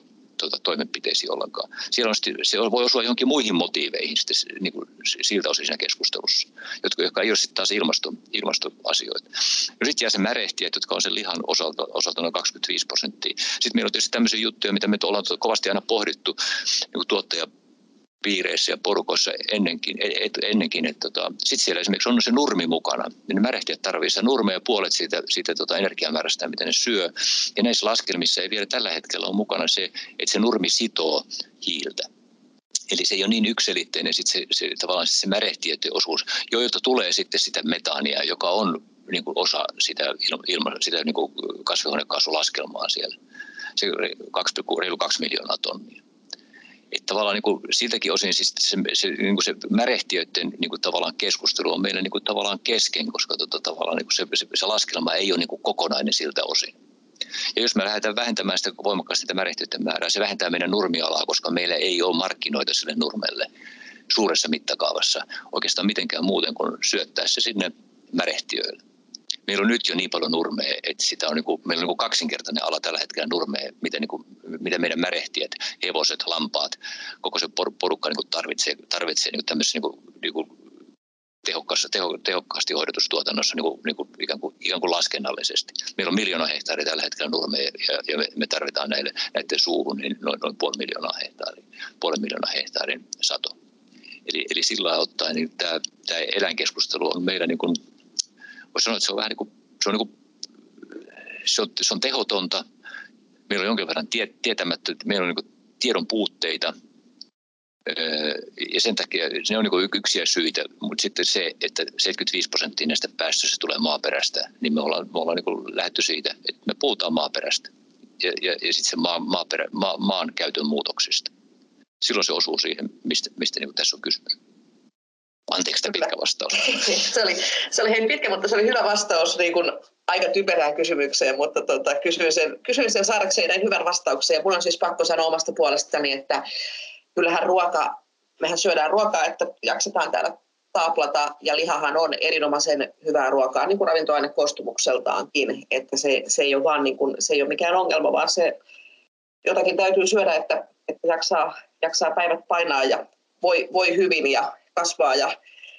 tuota, toimenpiteisiin ollenkaan. Siellä on sitten, se voi osua johonkin muihin motiiveihin sitten, niin kuin siltä osin siinä keskustelussa, jotka, jotka ei ole sitten taas ilmasto, ilmastoasioita. No sitten jää se märehtijät, jotka on sen lihan osalta, osalta noin kaksikymmentäviisi prosenttia. Sitten meillä on tietysti tämmöisiä juttuja, mitä me ollaan kovasti aina pohdittu niin kuin tuottaja piireissä ja porukoissa ennenkin, et, ennenkin että tota, sitten siellä esimerkiksi on se nurmi mukana. Ne märehtijät tarvitsevat nurmea puolet siitä, siitä tota energiamäärästä, mitä ne syö. Ja näissä laskelmissa ei vielä tällä hetkellä ole mukana se, että se nurmi sitoo hiiltä. Eli se ei ole niin yksiselitteinen sit se, se, tavallaan se märehtiöiden osuus, joilta tulee sitten sitä metaania, joka on niin kuin osa sitä, ilma, sitä niin kuin kasvihuonekaasulaskelmaa siellä. Se kaksi, reilu kaksi miljoonaa tonnia. Että tavallaan niin kuin siltäkin osin siis se, se, niin kuin se märehtiöiden niin kuin tavallaan keskustelu on meillä niin kuin tavallaan kesken, koska tota, tavallaan niin kuin se, se, se laskelma ei ole niin kuin kokonainen siltä osin. Ja jos me lähdetään vähentämään sitä voimakkaasti sitä märehtiöiden määrää, se vähentää meidän nurmialaa, koska meillä ei ole markkinoita sille nurmelle suuressa mittakaavassa oikeastaan mitenkään muuten kuin syöttää se sinne märehtiöille. Meillä on nyt jo niin paljon nurmea, että sitä on niin kuin, meillä on niin kuin kaksinkertainen ala tällä hetkellä nurmea, mitä, niin kuin, mitä meidän märehtijät, hevoset, lampaat, koko se porukka niin kuin tarvitsee, tarvitsee niin kuin tämmöisessä niin kuin, niin kuin tehokkaasti, teho, tehokkaasti hoidetussa tuotannossa niin kuin, niin kuin, ikään, kuin, ikään kuin laskennallisesti. Meillä on miljoona hehtaaria tällä hetkellä nurmea ja, ja me, me tarvitaan näille, näiden suuhun niin noin, noin puoli miljoonaa hehtaaria, puolen miljoonaa hehtaarin sato. Eli, eli sillä lailla ottaen niin tämä, tämä eläinkeskustelu on meillä niin kuin, voisi sanoa, että se on vähän niin kuin, se on, niin kuin, se on, se on tehotonta. Meillä on jonkin verran tie, tietämättä, meillä on niin kuin tiedon puutteita. Ja sen takia se on niin yksiä syitä, mutta sitten se, että seitsemänkymmentäviisi prosenttia näistä päästöistä tulee maaperästä, niin me ollaan, me ollaan niin lähdetty siitä, että me puhutaan maaperästä ja, ja, ja sitten se maa, maaperä, maa, maan käytön muutoksista. Silloin se osuu siihen, mistä, mistä niin tässä on kysymys. Anteeksi, tämä pitkä vastaus. Se oli, se oli hei pitkä, mutta se oli hyvä vastaus niin kuin aika typerään kysymykseen, mutta tota, kysyin, sen, kysyin sen saadakseen näin hyvän vastauksen. Ja mun on siis pakko sanoa omasta puolestani, että kyllähän ruoka, mehän syödään ruokaa, että jaksetaan täällä taaplata, ja lihahan on erinomaisen hyvää ruokaa, niin kuin ravintoainekoostumukseltaankin, että se, se, ei ole vaan niin kuin, se ei ole mikään ongelma, vaan se jotakin täytyy syödä, että, että jaksaa, jaksaa päivät painaa ja voi, voi hyvin ja kasvaa ja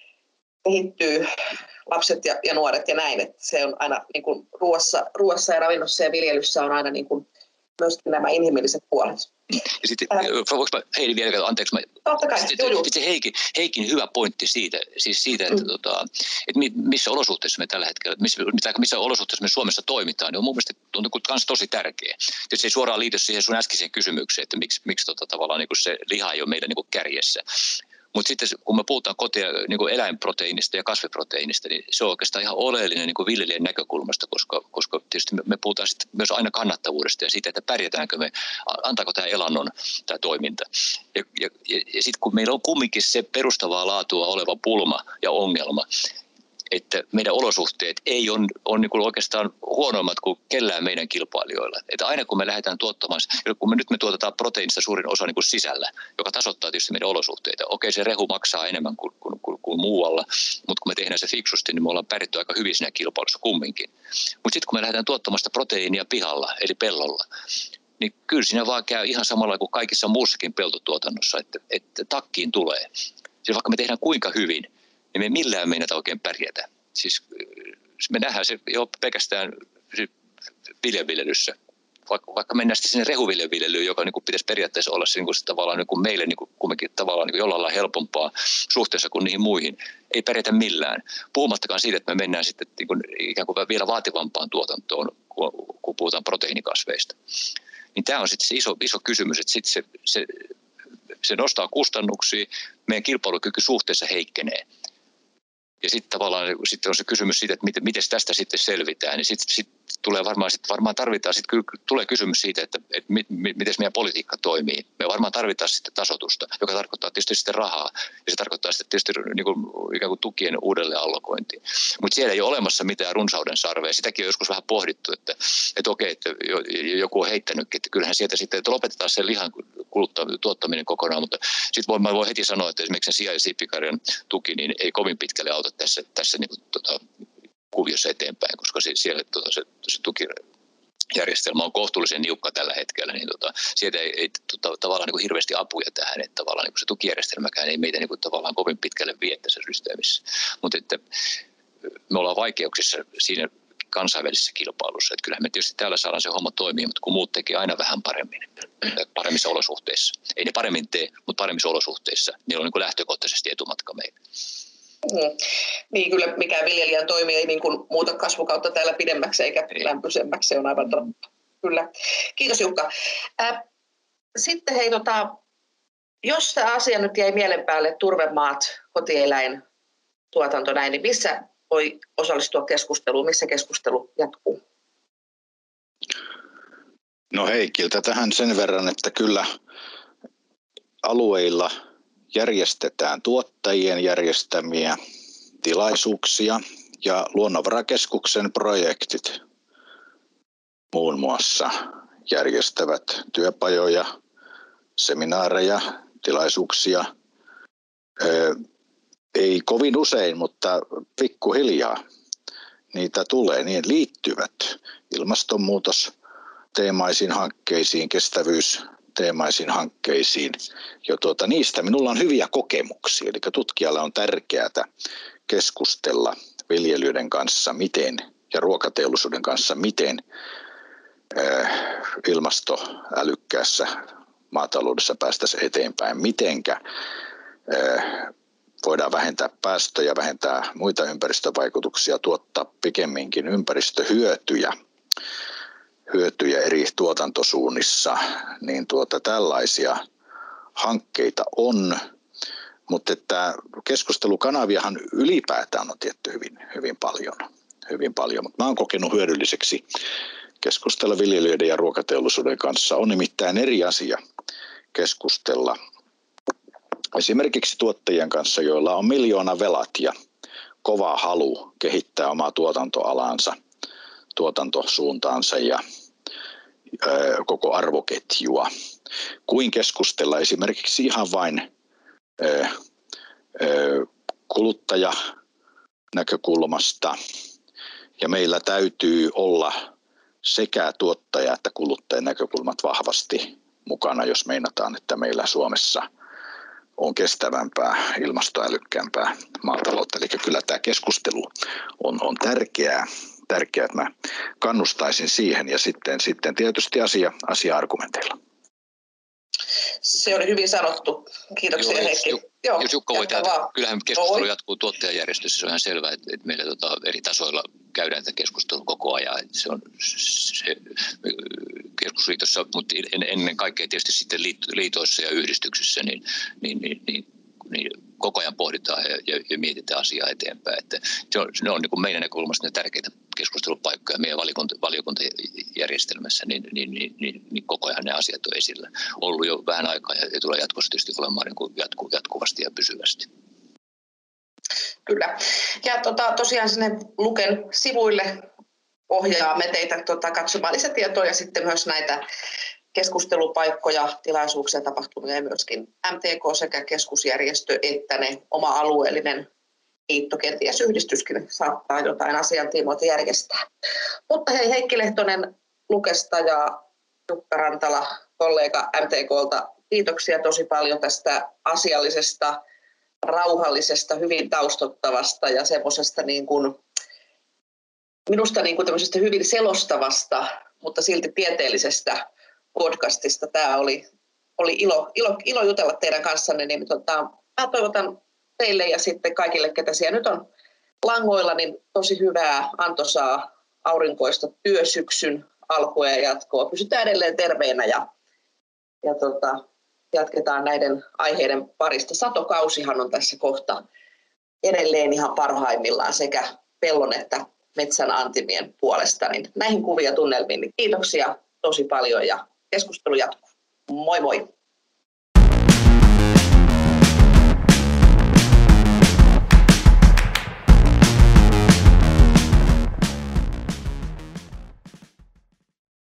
kehittyy lapset ja, ja nuoret ja näin, että se on aina niin kuin ruoassa, ruoassa ja ravinnossa ja viljelyssä on aina niin kuin myöskin nämä inhimilliset puolet. Ja sitten, voinko mä Heidi vielä, anteeksi, mä, totta kai, sitten, joo, sitten se Heikin, Heikin hyvä pointti siitä, siis siitä että, mm. tota, että missä olosuhteissa me tällä hetkellä, missä, missä olosuhteissa me Suomessa toimitaan, niin on mun mielestä on myös tosi tärkeä. Tietysti ei suoraan liity siihen sun äskeiseen kysymykseen, että miksi, miksi tota, tavallaan niin kuin se liha ei ole meidän niin kuin kärjessä. Mutta sitten kun me puhutaan kotia, niin kuin eläinproteiinista ja kasviproteiinista, niin se on oikeastaan ihan oleellinen niin kuin viljelijän näkökulmasta, koska, koska tietysti me, me puhutaan sitten myös aina kannattavuudesta ja siitä, että pärjätäänkö me, antaako tämä elannon tämä toiminta. Ja, ja, ja, ja sitten kun meillä on kumminkin se perustavaa laatua oleva pulma ja ongelma, että meidän olosuhteet ei ole on niin kuin oikeastaan huonommat kuin kellään meidän kilpailijoilla. Että aina kun me lähdetään tuottamaan, kun me nyt me tuotetaan proteiinista suurin osa niin kuin sisällä, joka tasoittaa tietysti meidän olosuhteita. Okei, se rehu maksaa enemmän kuin, kuin, kuin, kuin muualla, mutta kun me tehdään se fiksusti, niin me ollaan pärjätty aika hyvin siinä kilpailussa kumminkin. Mutta sitten kun me lähdetään tuottamaan sitä proteiinia pihalla, eli pellolla, niin kyllä siinä vaan käy ihan samalla kuin kaikissa muussakin peltotuotannossa, että, että takkiin tulee. Siis vaikka me tehdään kuinka hyvin, niin me millään meinata oikein pärjätä. Siis me nähdään se jo pelkästään viljanviljelyssä. Vaikka, vaikka mennään sitten sinne rehuviljanviljelyyn, joka niin kuin pitäisi periaatteessa olla se, niin kuin se tavallaan niin kuin meille niin kuin kumminkin tavallaan niin kuin jollain lailla helpompaa suhteessa kuin niihin muihin. Ei pärjätä millään. Puhumattakaan siitä, että me mennään sitten niin kuin ikään kuin vielä vaativampaan tuotantoon, kun, kun puhutaan proteiinikasveista. Niin tämä on sitten se iso, iso kysymys, että sitten se, se, se nostaa kustannuksia, meidän kilpailukyky suhteessa heikkenee. Ja sitten tavallaan sitten on se kysymys siitä, että miten, miten tästä sitten selvitään. Niin sitten sit tulee varmaan, sit varmaan tarvitaan, sitten tulee kysymys siitä, että, että mit, miten meidän politiikka toimii. Me varmaan tarvitaan sitten tasoitusta, joka tarkoittaa tietysti sitten rahaa. Ja se tarkoittaa sitten tietysti niin kuin, ikään kuin tukien uudelleenallokointia. Mutta siellä ei ole olemassa mitään runsauden sarvea. Sitäkin on joskus vähän pohdittu, että, että okei, että joku on heittänytkin, että kyllähän sieltä sitten, että lopetetaan sen lihan tuottaminen kokonaan. Mutta sitten voi, voi heti sanoa, että esimerkiksi sen sija- ja siippikarjan tuki niin ei kovin pitkälle auta tässä, tässä niin kuin, tota, kuviossa eteenpäin, koska se, siellä tota, se, se tuki, järjestelmä on kohtuullisen niukka tällä hetkellä, niin tota, sieltä ei, ei tota, tavallaan niin kuin hirveästi apuja tähän, että tavallaan niin kuin se tukijärjestelmäkään ei meitä niin kuin tavallaan kovin pitkälle vie tässä systeemissä. Mutta että me ollaan vaikeuksissa siinä kansainvälisessä kilpailussa, että kyllähän me tietysti täällä saadaan se homma toimia, mutta kun muut tekee aina vähän paremmin, paremmissa olosuhteissa. Ei ne paremmin tee, mutta paremmissa olosuhteissa, niillä on niin kuin lähtökohtaisesti etumatka meille. Mm. Niin kyllä mikään viljelijän toimi ei niin kuin muuta kasvukautta täällä pidemmäksi eikä ei. lämpöisemmäksi, se on aivan totta. Kyllä. Kiitos Jukka. Äh, sitten hei, tota, jos tämä asia nyt jäi mielen päälle, turvemaat, kotieläintuotanto näin, niin missä voi osallistua keskusteluun, missä keskustelu jatkuu? No Heikiltä tähän sen verran, että kyllä alueilla järjestetään tuottajien järjestämiä tilaisuuksia ja Luonnonvarakeskuksen projektit muun muassa järjestävät työpajoja, seminaareja, tilaisuuksia. Ei kovin usein, mutta pikkuhiljaa niitä tulee. Niin liittyvät ilmastonmuutosteemaisiin hankkeisiin, kestävyysteemaisiin hankkeisiin. Jo tuota, niistä minulla on hyviä kokemuksia. Eli tutkijalle on tärkeää keskustella viljelijöiden kanssa, miten ja ruokateollisuuden kanssa, miten ilmastoälykkäässä maataloudessa päästäisiin eteenpäin, mitenkä voidaan vähentää päästöjä, vähentää muita ympäristövaikutuksia, tuottaa pikemminkin ympäristöhyötyjä hyötyjä eri tuotantosuunnissa, niin tuota, tällaisia hankkeita on, mutta että keskustelukanaviahan ylipäätään on tietty hyvin, hyvin paljon, hyvin paljon, mutta mä oon kokenut hyödylliseksi keskustella viljelijöiden ja ruokateollisuuden kanssa. On nimittäin eri asia keskustella esimerkiksi tuottajien kanssa, joilla on miljoona velat ja kova halu kehittää omaa tuotantoalansa, tuotantosuuntaansa ja ö, koko arvoketjua, kuin keskustella esimerkiksi ihan vain ö, ö, kuluttajanäkökulmasta. Ja meillä täytyy olla sekä tuottaja- että kuluttajan näkökulmat vahvasti mukana, jos meinataan, että meillä Suomessa on kestävämpää, ilmastoälykkäämpää maataloutta. Eli kyllä tämä keskustelu on, on tärkeää, tärkeää, että mä kannustaisin siihen ja sitten, sitten tietysti asia, asia-argumenteilla. Se oli hyvin sanottu. Kiitoksia Joo, Heikki. Jos, Joo, jos Jukka voi täältä, kyllähän keskustelu Oi. jatkuu tuottajajärjestössä, se on ihan selvää, että, että meillä tota, eri tasoilla käydään tätä keskustelua koko ajan. Että se on se, keskusliitossa, mutta ennen kaikkea tietysti sitten liitoissa ja yhdistyksissä, niin, niin, niin, niin, niin koko ajan pohditaan ja, ja, ja mietitään asiaa eteenpäin. Että se on, ne on niin kuin meidän näkökulmasta ne tärkeitä keskustelupaikkoja meidän valiokunta, valiokuntajärjestelmässä, niin, niin, niin, niin, niin koko ajan ne asiat on esillä. Ollut jo vähän aikaa ja, ja tulee jatkossa tietysti olemaan niin kuin jatku, jatkuvasti ja pysyvästi. Kyllä. Ja tota, tosiaan sinne Luken sivuille ohjaamme teitä tota, katsomaan lisätietoja ja sitten myös näitä keskustelupaikkoja, tilaisuuksia, tapahtumia ja myöskin M T K sekä keskusjärjestö että ne oma alueellinen liitto, kenties yhdistyskin saattaa jotain asiantiimoilta järjestää. Mutta hei, Heikki Lehtonen Lukesta ja Jukka Rantala, kollega M T K:lta, kiitoksia tosi paljon tästä asiallisesta, rauhallisesta, hyvin taustottavasta ja semmoisesta niin kuin, minusta niin kuin tämmöisestä hyvin selostavasta, mutta silti tieteellisestä podcastista. Tämä oli, oli ilo, ilo, ilo jutella teidän kanssanne, niin tota, mä toivotan teille ja sitten kaikille, ketä siellä nyt on langoilla, niin tosi hyvää antoisaa aurinkoista työsyksyn alkua ja jatkoa. Pysytään edelleen terveenä ja, ja tota, jatketaan näiden aiheiden parista. Satokausihan on tässä kohta edelleen ihan parhaimmillaan sekä pellon että metsän antimien puolesta. Niin näihin kuvia tunnelmiin niin kiitoksia tosi paljon ja keskustelu jatkuu. Moi moi!